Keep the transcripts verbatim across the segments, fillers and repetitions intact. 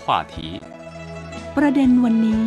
话题ประเด็นวันนี้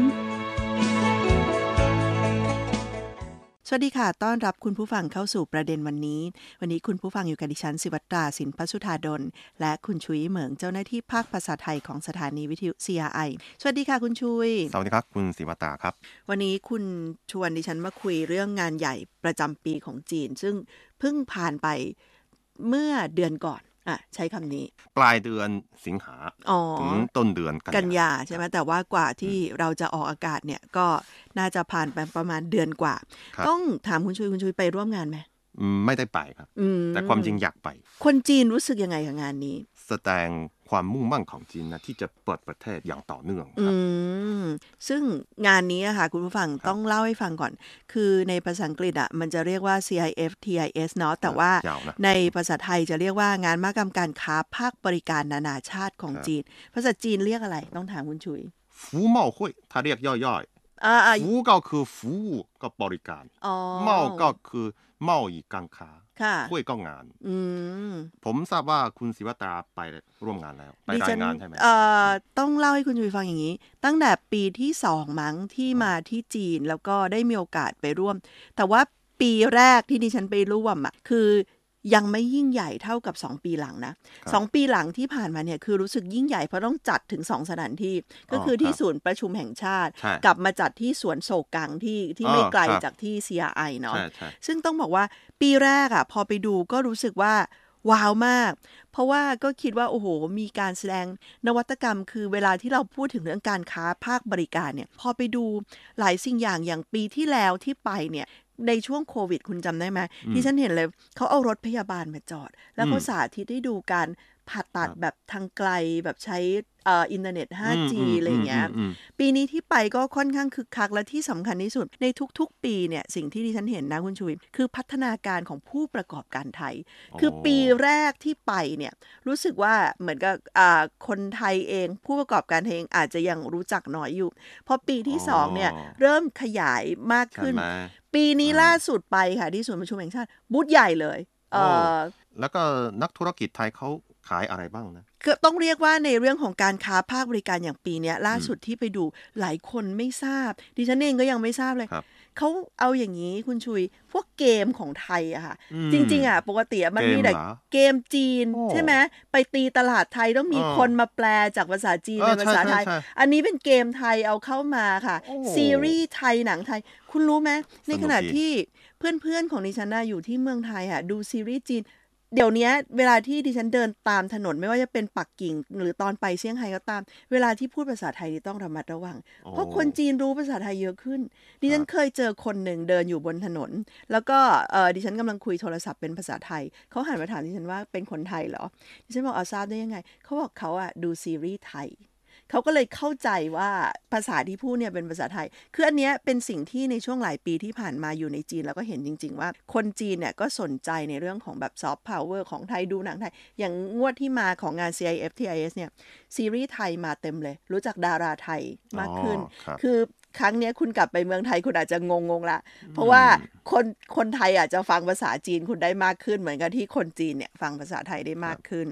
สวัสดีค่ะต้อนรับคุณผู้ฟังเข้าสู่ประเด็นวันนี้วันนี้คุณผู้ฟังอยู่กับดิฉันศิวัตราสินพสุธาดลและคุณชุยเหมิงเจ้าหน้าที่ภาคภาษาไทยของสถานีวิทยุ ซี อาร์ ไอ สวัสดีค่ะคุณชุยสวัสดีครับคุณศิวัตราครับวันนี้คุณชวนดิฉันมาคุยเรื่องงานใหญ่ประจำปีของจีนซึ่งเพิ่งผ่านไปเมื่อเดือนก่อนอ่ะใช้คำนี้ปลายเดือนสิงหาถึงต้นเดือนกันยาใช่ไหมแต่ว่ากว่าที่เราจะออกอากาศเนี่ยก็น่าจะผ่านไปประมาณเดือนกว่าต้องถามคุณชุยคุณชุยไปร่วมงานไหมไม่ได้ไปครับแต่ความจริงอยากไปคนจีนรู้สึกยังไงกับงานนี้แสดงความมุ่งมั่นของจีนนะที่จะเปิดประเทศอย่างต่อเนื่องครับซึ่งงานนี้อะค่ะคุณผู้ฟังต้องเล่าให้ฟังก่อนคือในภาษาอังกฤษอะมันจะเรียกว่า ซี ไอ เอฟ ที ไอ เอส เนาะแต่ว่าในภาษาไทยจะเรียกว่างานมหกรรมการค้าภาคบริการนานาชาติของจีนภาษาจีนเรียกอะไรต้องถามคุณชุยฟู่เมาหุ้ยถ้าเรียกย่อยๆฟู่ก็คือฟู่ก็บริการเมาก็คือเมาอีการค้าคุยก็งานผมทราบว่าคุณศิวัตราไปร่วมงานแล้วไปรายงานใช่ไหมต้องเล่าให้คุณชุยฟังอย่างนี้ตั้งแต่ปีที่สองมั้งที่มาที่จีนแล้วก็ได้มีโอกาสไปร่วมแต่ว่าปีแรกที่ดิฉันไปร่วมอ่ะคือยังไม่ยิ่งใหญ่เท่ากับสองปีหลังนะสองปีหลังที่ผ่านมาเนี่ยคือรู้สึกยิ่งใหญ่เพราะต้องจัดถึงสองสถานที่ก็คือที่ศูนย์ประชุมแห่งชาติกลับมาจัดที่สวนโศกกังที่ที่ไม่ไกลจากที่ ซี อาร์ ไอ เนาะซึ่งต้องบอกว่าปีแรกอ่ะพอไปดูก็รู้สึกว่าว้าวมากเพราะว่าก็คิดว่าโอ้โหมีการแสดงนวัตกรรมคือเวลาที่เราพูดถึงเรื่องการค้าภาคบริการเนี่ยพอไปดูหลายสิ่งอย่างอย่างปีที่แล้วที่ไปเนี่ยในช่วงโควิดคุณจำได้ไหมที่ฉันเห็นเลยเขาเอารถพยาบาลมาจอดแล้วเขาสาธิตให้ดูการผ่าตัดแบบทางไกลแบบใช้เอ่ออินเทอร์เน็ต ไฟว์ จี อะไรอย่างเงี้ยปีนี้ที่ไปก็ค่อนข้างคึกคักและที่สำคัญที่สุดในทุกๆปีเนี่ยสิ่งที่ดิฉันเห็นนะคุณชุยคือพัฒนาการของผู้ประกอบการไทยคือปีแรกที่ไปเนี่ยรู้สึกว่าเหมือนกับอ่าคนไทยเองผู้ประกอบการเองอาจจะยังรู้จักน้อยอยู่พอปีที่สองเนี่ยเริ่มขยายมากขึ้นปีนี้ล่าสุดไปค่ะที่ศูนย์ประชุมแห่งชาติบูธใหญ่เลยเอ่อแล้วก็นักธุรกิจไทยเขาขายอะไรบ้างนะก็ต้องเรียกว่าในเรื่องของการค้าภาคบริการอย่างปีนี้ล่าสุดที่ไปดูหลายคนไม่ทราบดิฉันเองก็ยังไม่ทราบเลยเขาเอาอย่างนี้คุณชุยพวกเกมของไทยอะค่ะจริงๆอะปกติมันมีแต่เกมจีนใช่ไหมไปตีตลาดไทยต้องมีคนมาแปลจากภาษาจีนเป็นภาษาไทยอันนี้เป็นเกมไทยเอาเข้ามาค่ะซีรีส์ไทยหนังไทยคุณรู้ไหมในขณะที่เพื่อนๆของดิฉันอยู่ที่เมืองไทยอะดูซีรีส์จีนเดี๋ยวนี้เวลาที่ดิฉันเดินตามถนนไม่ว่าจะเป็นปักกิ่งหรือตอนไปเซี่ยงไฮ้ก็ตามเวลาที่พูดภาษาไทยต้องระมัดระวังเพราะคนจีนรู้ภาษาไทยเยอะขึ้นดิฉันเคยเจอคนหนึ่งเดินอยู่บนถนนแล้วก็เออดิฉันกำลังคุยโทรศัพท์เป็นภาษาไทยเขาหันมาถามดิฉันว่าเป็นคนไทยเหรอดิฉันบอกเอาทราบได้ยังไงเขาบอกเขาอะดูซีรีส์ไทยเขาก็เลยเข้าใจว่าภาษาที่พูดเนี่ยเป็นภาษาไทยคืออันเนี้ยเป็นสิ่งที่ในช่วงหลายปีที่ผ่านมาอยู่ในจีนแล้วก็เห็นจริงๆว่าคนจีนเนี่ยก็สนใจในเรื่องของแบบซอฟต์พาวเวอร์ของไทยดูหนังไทยอย่างงวดที่มาของงาน ซี ไอ เอฟ ที ไอ เอส เนี่ยซีรีส์ไทยมาเต็มเลยรู้จักดาราไทยมากขึ้นคือครั้งนี้คุณกลับไปเมืองไทยคุณอาจจะงงๆละเพราะว่าคนคนไทยอาจจะฟังภาษาจีนคุณได้มากขึ้นเหมือนกับที่คนจีนเนี่ยฟังภาษาไทยได้มากขึ้น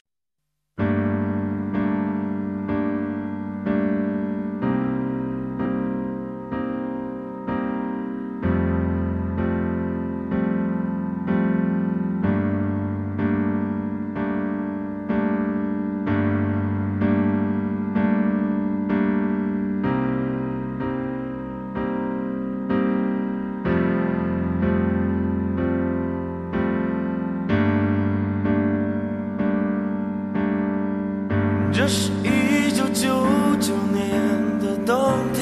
这是一九九九年的冬天，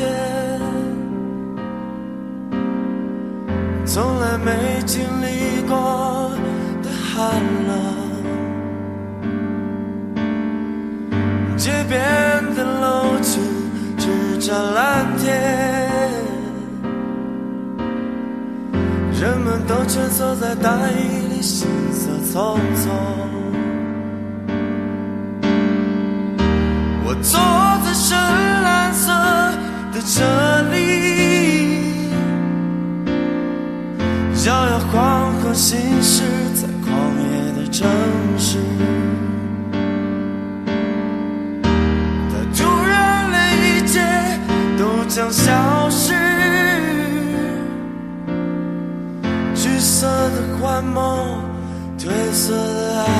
从来没经历过的寒冷，街边的楼群只占蓝天，人们都蜷缩在大雨里，行色匆匆。我坐在深蓝色的这里，摇摇晃晃行驶在狂野的城市，它突然幻梦褪色的爱，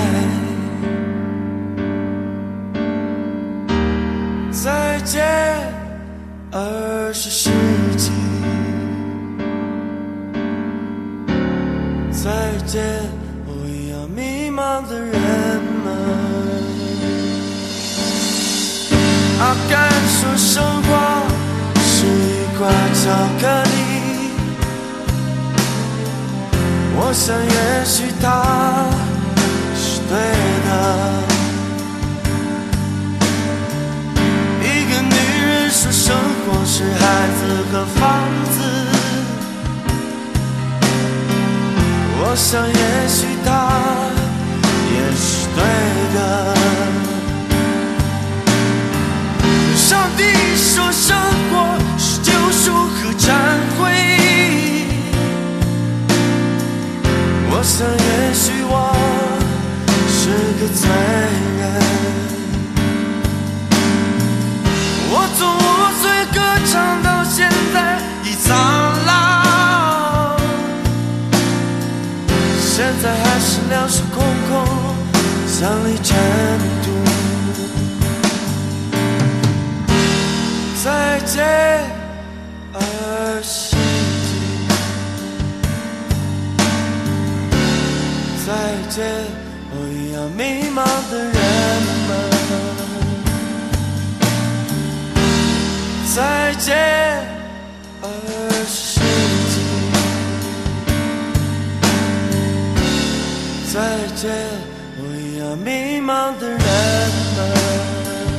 再见二十世纪，再见我一样迷茫的人们。啊，敢说生活是一块巧克力，我想也许它是对的。一个女人说生活是孩子和房子，我想也许它也是对的。上帝说生活是救赎和忏悔，我想也许我是个罪人。我从五岁歌唱到现在已苍老，现在还是两手空空，像粒尘土。再见二十纪，再见我一样迷茫的人们，再见二十纪，再见我一样迷茫的人们。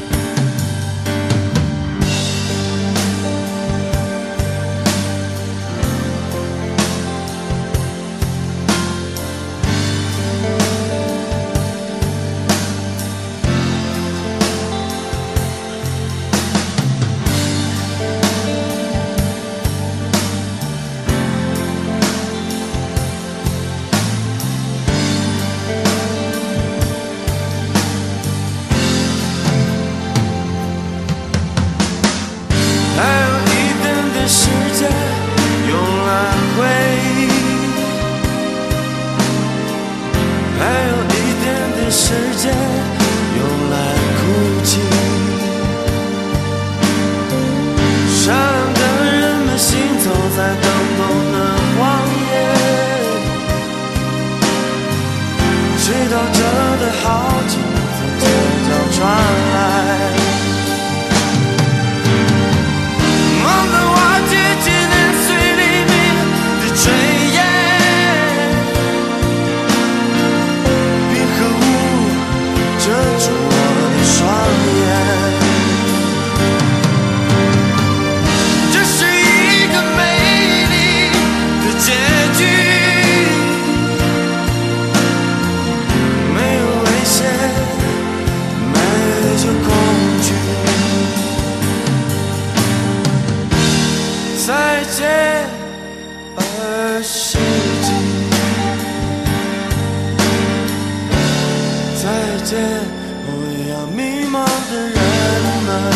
时间用来哭泣，善良的人们行走在灯红的荒野，直到这的好景从街角传来，梦的瓦解纪念碎黎明的炊烟，遮住我的双眼，这是一个美丽的结局，没有危险，没有恐惧。再见二十纪，再见我一样迷茫的人们。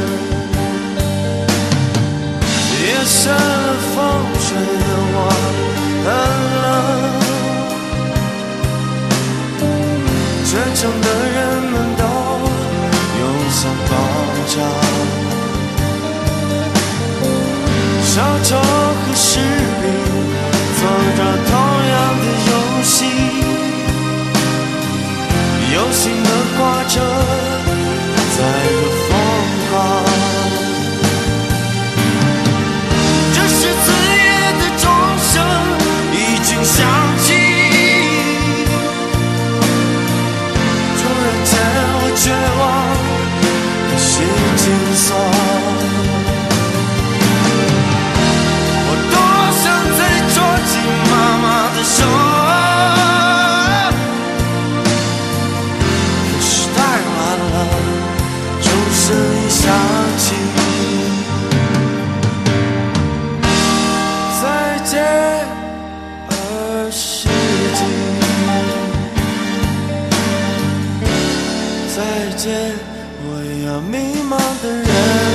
夜深了，风吹得我很冷，真诚的人们都涌向广场，小丑和士兵做着同样的游戏，有新的挂着在的疯狂，这是刺眼的钟声已经响起，突然间我绝望的心紧锁，我多想再捉紧妈妈的手，声音响起，再见二十纪，再见我一样迷茫的人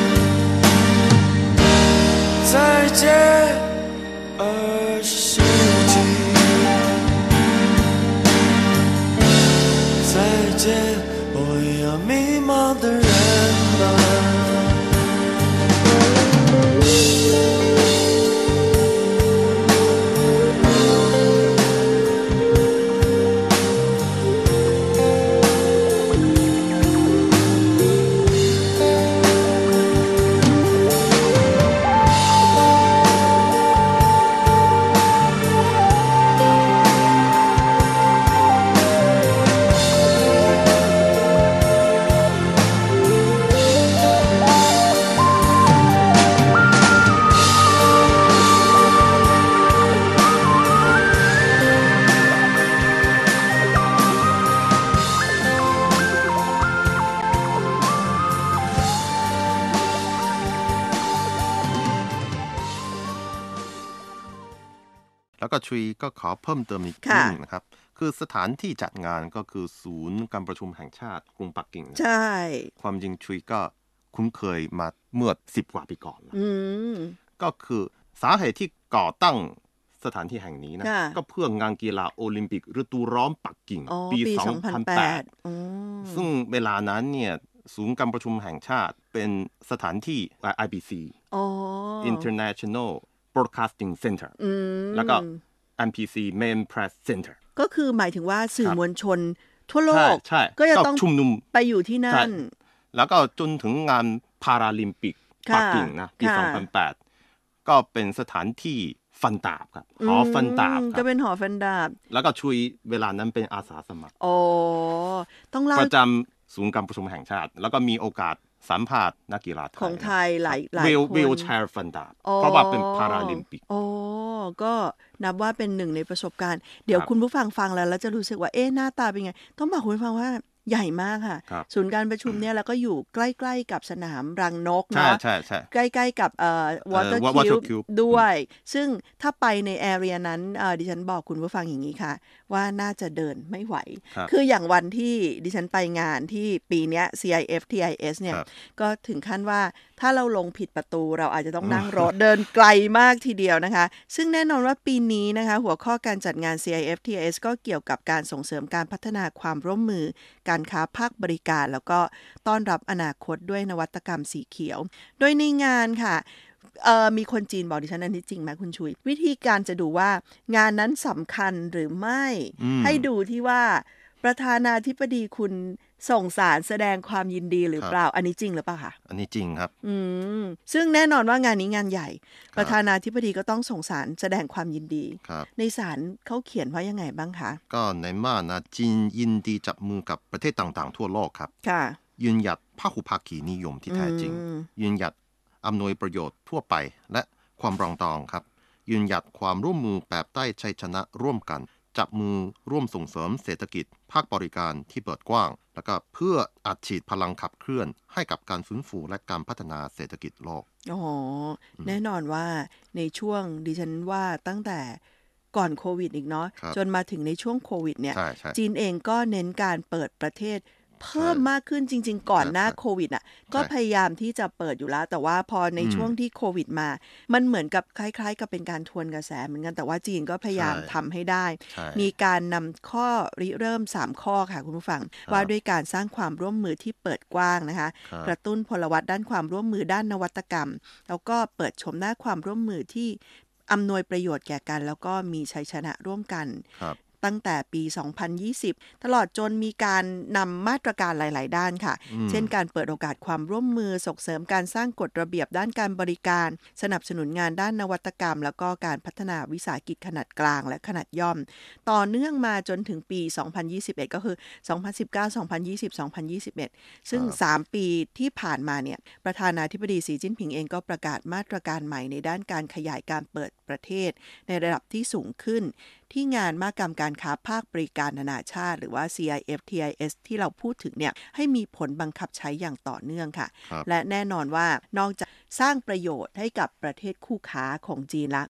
们，再见二十的人吧。 แล้วก็ชุยก็ขอเพิ่มเติมอีกนิดนึงนะครับคือสถานที่จัดงานก็คือศูนย์การประชุมแห่งชาติกรุงปักกิ่งใช่ความจริงชุยก็คุ้นเคยมาเมื่อสิบกว่าปีก่อนก็คือสาเหตุที่ก่อตั้งสถานที่แห่งนี้นะก็เพื่องานกีฬาโอลิมปิกฤดูร้อนปักกิ่งปีสองพันแปดซึ่งเวลานั้นเนี่ยศูนย์การประชุมแห่งชาติเป็นสถานที่ ไอ บี ซี International Broadcasting Center แล้วก็ เอ็ม พี ซี Main Press Center ก็คือหมายถึงว่าสื่อมวลชนทั่วโลกก็จะต้องไปอยู่ที่นั่นแล้วก็จนถึงงานพาราลิมปิกปักกิ่งนะปีสองพันแปดก็เป็นสถานที่ฟันดาบครับหอฟันดาบก็เป็นหอฟันดาบแล้วก็ช่วยเวลานั้นเป็นอาสาสมัครโอ้ต้องเล่าประจำศูนย์การประชุมแห่งชาติแล้วก็มีโอกาสสัมภาษณ์นักกีฬาไทยของไทยหลายหลายคนวิลแชร์ฟันดาบเพราะว่าเป็นพาราลิมปิกโอ้ก็นับว่าเป็นหนึ่งในประสบการณ์เดี๋ยวคุณผู้ฟังฟังแล้วแล้วจะรู้สึกว่าเอ๊ะหน้าตาเป็นไงต้องบอกคุณผู้ฟังว่าใหญ่มากค่ะศูนย์การประชุมเนี่ยแล้วก็อยู่ใกล้ๆกับสนามรังนกเนาะใกล้ๆกับเอ่อวอเตอร์คิวบ์ด้วยซึ่งถ้าไปในแอเรียนั้นเอ่อดิฉันบอกคุณผู้ฟังอย่างนี้ค่ะว่าน่าจะเดินไม่ไหวคืออย่างวันที่ดิฉันไปงานที่ปีเนี้ย ซี ไอ เอฟ ที ไอ เอส เนี่ยก็ถึงขั้นว่าถ้าเราลงผิดประตูเราอาจจะต้องนั่งรถเดินไกลมากทีเดียวนะคะซึ่งแน่นอนว่าปีนี้นะคะหัวข้อการจัดงาน ซี ไอ เอฟ ที ไอ เอส ก็เกี่ยวกับการส่งเสริมการพัฒนาความร่วมมือการค้าภาคบริการแล้วก็ต้อนรับอนาคตด้วยนวัตกรรมสีเขียวโดยในงานค่ะเอ่อมีคนจีนบอกดิฉันอันนี้จริงไหมคุณชุยวิธีการจะดูว่างานนั้นสำคัญหรือไม่ให้ดูที่ว่าประธานาธิบดีคุณส่งสารแสดงความยินดีหรือเปล่าอันนี้จริงหรือเปล่าคะอันนี้จริงครับอืมซึ่งแน่นอนว่างานนี้งานใหญ่ประธานาธิบดีก็ต้องส่งสารแสดงความยินดีในสารเขาเขียนว่ายังไงบ้างคะก็ในมานะจีนยินดีจับมือกับประเทศต่างๆทั่วโลกครับค่ะยืนหยัดพหุภาคีนิยมที่แท้จริงยืนหยัดอำนวยประโยชน์ทั่วไปและความปรองดองครับยืนหยัดความร่วมมือแบบใต้ชัยชนะร่วมกันจับมือร่วมส่งเสริมเศรษฐกิจภาคบริการที่เปิดกว้างแล้วก็เพื่ออัดฉีดพลังขับเคลื่อนให้กับการฟื้นฟูและการพัฒนาเศรษฐกิจโลกอ๋อแน่นอนว่าในช่วงดิฉันว่าตั้งแต่ก่อนโควิดอีกเนาะจนมาถึงในช่วงโควิดเนี่ยจีนเองก็เน้นการเปิดประเทศเพิ่มมากขึ้นจริงๆก่อนหน้าโควิดอ่ะก็พยายามที่จะเปิดอยู่แล้วแต่ว่าพอในช่วงที่โควิดมามันเหมือนกับคล้ายๆกับเป็นการทวนกระแสเหมือนกันแต่ว่าจีนก็พยายามทำให้ได้มีการนำข้อริเริ่มสามข้อค่ะคุณผู้ฟังว่าด้วยการสร้างความร่วมมือที่เปิดกว้างนะคะกระตุ้นพลวัตด้านความร่วมมือด้านนวัตกรรมแล้วก็เปิดชมหน้าความร่วมมือที่อำนวยประโยชน์แก่กันแล้วก็มีชัยชนะร่วมกันตั้งแต่ปี สองพันยี่สิบ ตลอดจนมีการนำมาตรการหลายๆด้านค่ะเช่นการเปิดโอกาสความร่วมมือส่งเสริมการสร้างกฎระเบียบด้านการบริการสนับสนุนงานด้านนวัตกรรมแล้วก็การพัฒนาวิสาหกิจขนาดกลางและขนาดย่อมต่อเนื่องมาจนถึงปี สองพันยี่สิบเอ็ด ก็คือ สองพันสิบเก้า สองพันยี่สิบ สองพันยี่สิบเอ็ด ซึ่ง สาม ปีที่ผ่านมาเนี่ยประธานาธิบดีสีจิ้นผิงเองก็ประกาศมาตรการใหม่ในด้านการขยายการเปิดประเทศในระดับที่สูงขึ้นที่งานมหกรรมการค้าภาคบริการนานาชาติหรือว่า ซี ไอ เอฟ ที ไอ เอส ที่เราพูดถึงเนี่ยให้มีผลบังคับใช้อย่างต่อเนื่องค่ะและแน่นอนว่านอกจากสร้างประโยชน์ให้กับประเทศคู่ค้าของจีนละ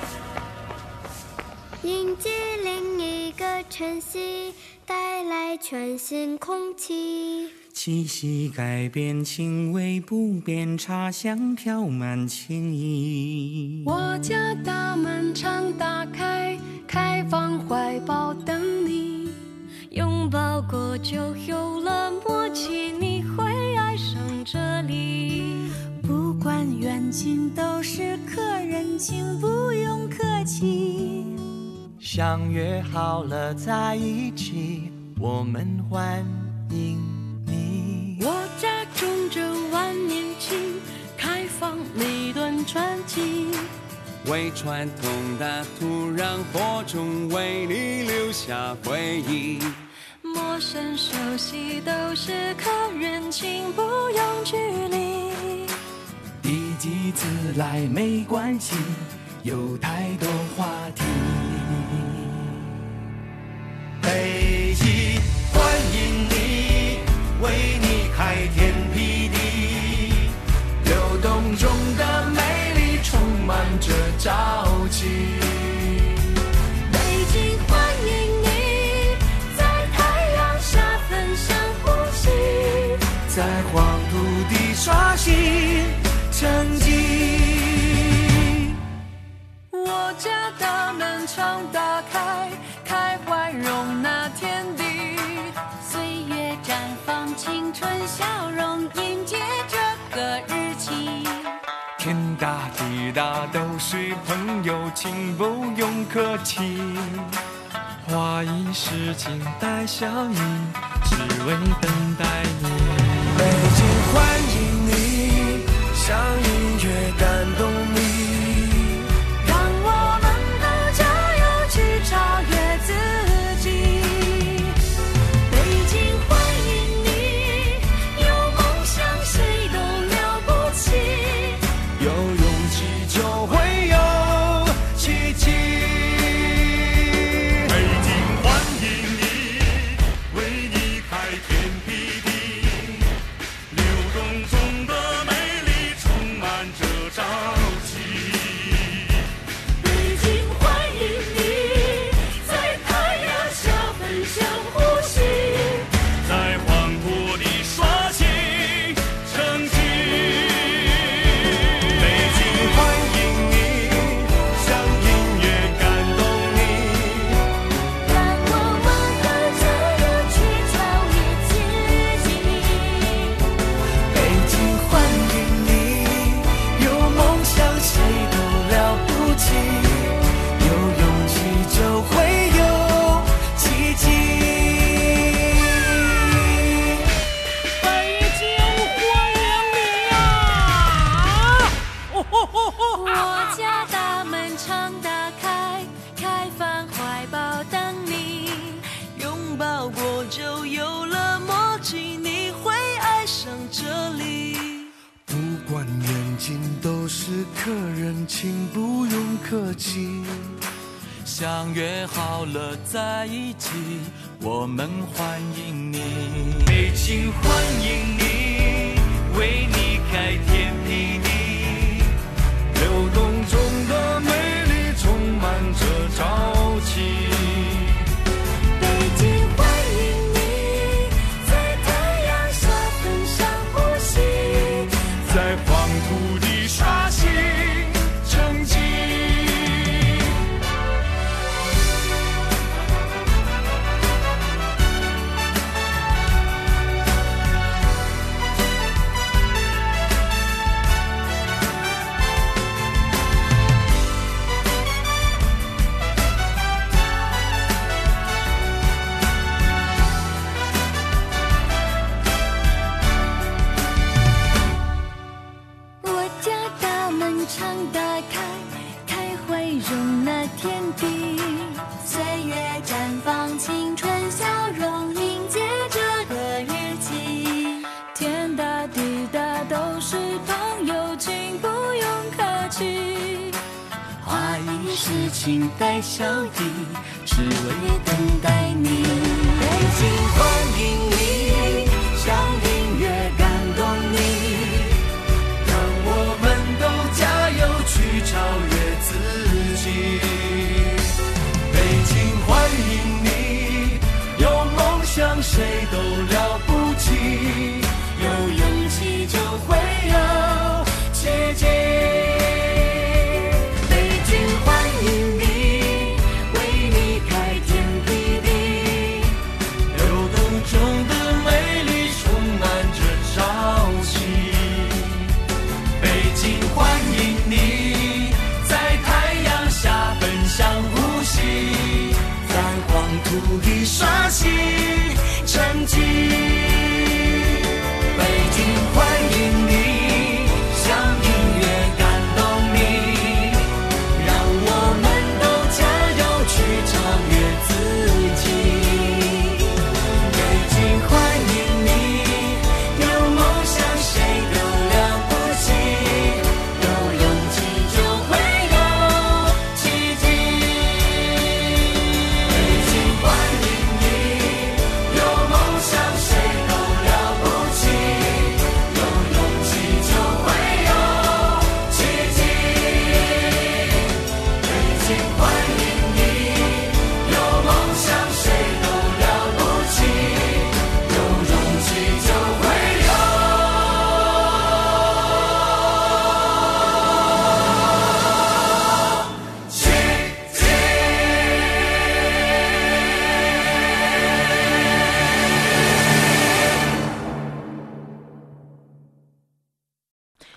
迎接另一个晨曦带来全全新空气， 气息改变，轻微不变，茶香飘满情意。 我家大门常打开，开放怀抱等你，拥抱过就有了默契，你会爱上这里。 不管远近都是客人，请不用客气。 相约好了在一起，我们欢迎你。 我家种着万年青，开放每段传奇。 为传统的土壤播种，为你留下回忆。 陌生熟悉都是客人，请不用距离。 第几次来没关系，有太多话题。北极欢迎你，为你开天辟地，流动中的美丽充满着朝气。 北京欢迎你，在太阳下分享呼吸， 在黄土地刷新成绩。 我家大门常打开，开怀容纳天地， 岁月绽放青春笑容，迎接这个日期。 天大地大都是朋友，请不用客气。花一世情带笑意，只为等待你。北京欢迎你，像音乐感动你。请不用客气，相约好了在一起，我们欢迎你。北京欢迎你，为你开天辟地，流动中的美丽充满着朝气。 北京欢迎你，在太阳下分享呼吸， 在黄土地刷新成绩。 请带笑意，只为等待你。 北京欢迎你，像音乐感动你，让我们都加油去超越自己。北京欢迎你，有梦想谁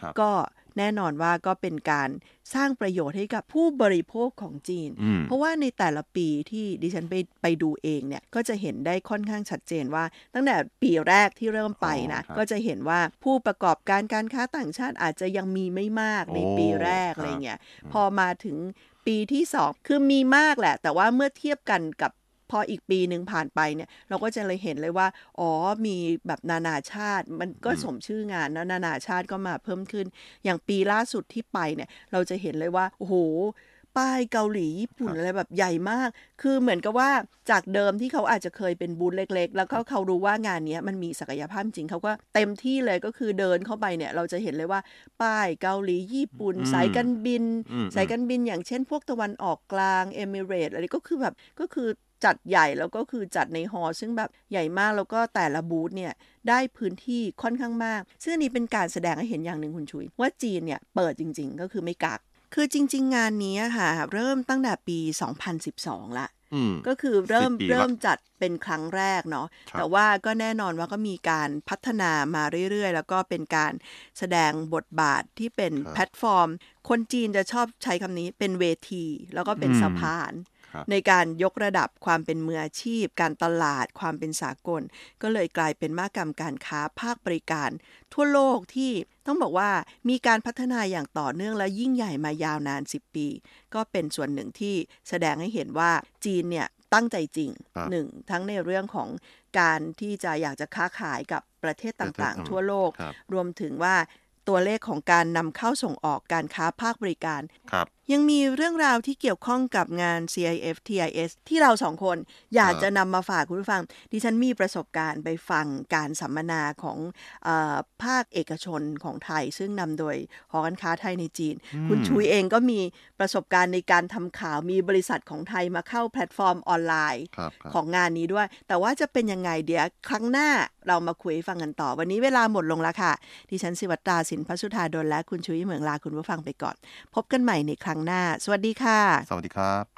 ก็แน่นอนว่าก็เป็นการสร้างประโยชน์ให้กับผู้บริโภคของจีนเพราะว่าในแต่ละปีที่ดิฉันไปไปดูเองเนี่ยก็จะเห็นได้ค่อนข้างชัดเจนว่าตั้งแต่ปีแรกที่เริ่มไปนะก็จะเห็นว่าผู้ประกอบการการค้าต่างชาติอาจจะยังมีไม่มากในปีแรกอะไรเงี้ยพอมาถึงปีที่สองคือมีมากแหละแต่ว่าเมื่อเทียบกันกับพออีกปีหนึ่งผ่านไปเนี่ยเราก็จะเลยเห็นเลยว่าอ๋อมีแบบนานาชาติมันก็สมชื่องานนะนานาชาติก็มาเพิ่มขึ้นอย่างปีล่าสุดที่ไปเนี่ยเราจะเห็นเลยว่าโอ้โหป้ายเกาหลีญี่ปุ่นอะไรแบบใหญ่มากคือเหมือนกับว่าจากเดิมที่เขาอาจจะเคยเป็นบูธเล็กๆแล้วก็เขารู้ว่างานนี้มันมีศักยภาพจริงเขาก็เต็มที่เลยก็คือเดินเข้าไปเนี่ยเราจะเห็นเลยว่าป้ายเกาหลีญี่ปุ่นสายการบินสายการบินอย่างเช่นพวกตะวันออกกลางเอมิเรตส์อะไรก็คือแบบก็คือจัดใหญ่แล้วก็คือจัดในฮอลล์ซึ่งแบบใหญ่มากแล้วก็แต่ละบูธเนี่ยได้พื้นที่ค่อนข้างมากซึ่งอันนี้เป็นการแสดงให้เห็นอย่างหนึ่งคุณชุยว่าจีนเนี่ยเปิดจริงๆก็คือไม่กักคือจริงๆงานนี้ค่ะเริ่มตั้งแต่ปีสองพันสิบสองละก็คือเริ่มเริ่มจัดเป็นครั้งแรกเนาะแต่ว่าก็แน่นอนว่าก็มีการพัฒนามาเรื่อยๆแล้วก็เป็นการแสดงบทบาทที่เป็นแพลตฟอร์มคนจีนจะชอบใช้คำนี้เป็นเวทีแล้วก็เป็นสะพานในการยกระดับความเป็นมืออาชีพการตลาดความเป็นสากลก็เลยกลายเป็นมหกรรมการค้าภาคบริการทั่วโลกที่ต้องบอกว่ามีการพัฒนาอย่างต่อเนื่องและยิ่งใหญ่มายาวนานสิบปีก็เป็นส่วนหนึ่งที่แสดงให้เห็นว่าจีนเนี่ยตั้งใจจริงหนึ่งทั้งในเรื่องของการที่จะอยากจะค้าขายกับประเทศต่างๆทั่วโลกรวมถึงว่าตัวเลขของการนำเข้าส่งออกการค้าภาคบริการยังมีเรื่องราวที่เกี่ยวข้องกับงาน ซี ไอ เอฟ ที ไอ เอส ที่เราสองคนอยากจะนำมาฝากคุณผู้ฟังดิฉันมีประสบการณ์ไปฟังการสัมมนาของเอ่อภาคเอกชนของไทยซึ่งนำโดยหอการค้าไทยในจีนคุณชุยเองก็มีประสบการณ์ในการทำข่าวมีบริษัทของไทยมาเข้าแพลตฟอร์มออนไลน์ของงานนี้ด้วยแต่ว่าจะเป็นยังไงเดี๋ยวครั้งหน้าเรามาคุยฟังกันต่อวันนี้เวลาหมดลงแล้วค่ะดิฉันศิวัตราสินพสุธาดลและคุณชุยเหมืองลาคุณผู้ฟังไปก่อนพบกันใหม่ในครั้งหน้าสวัสดีค่ะสวัสดีครับ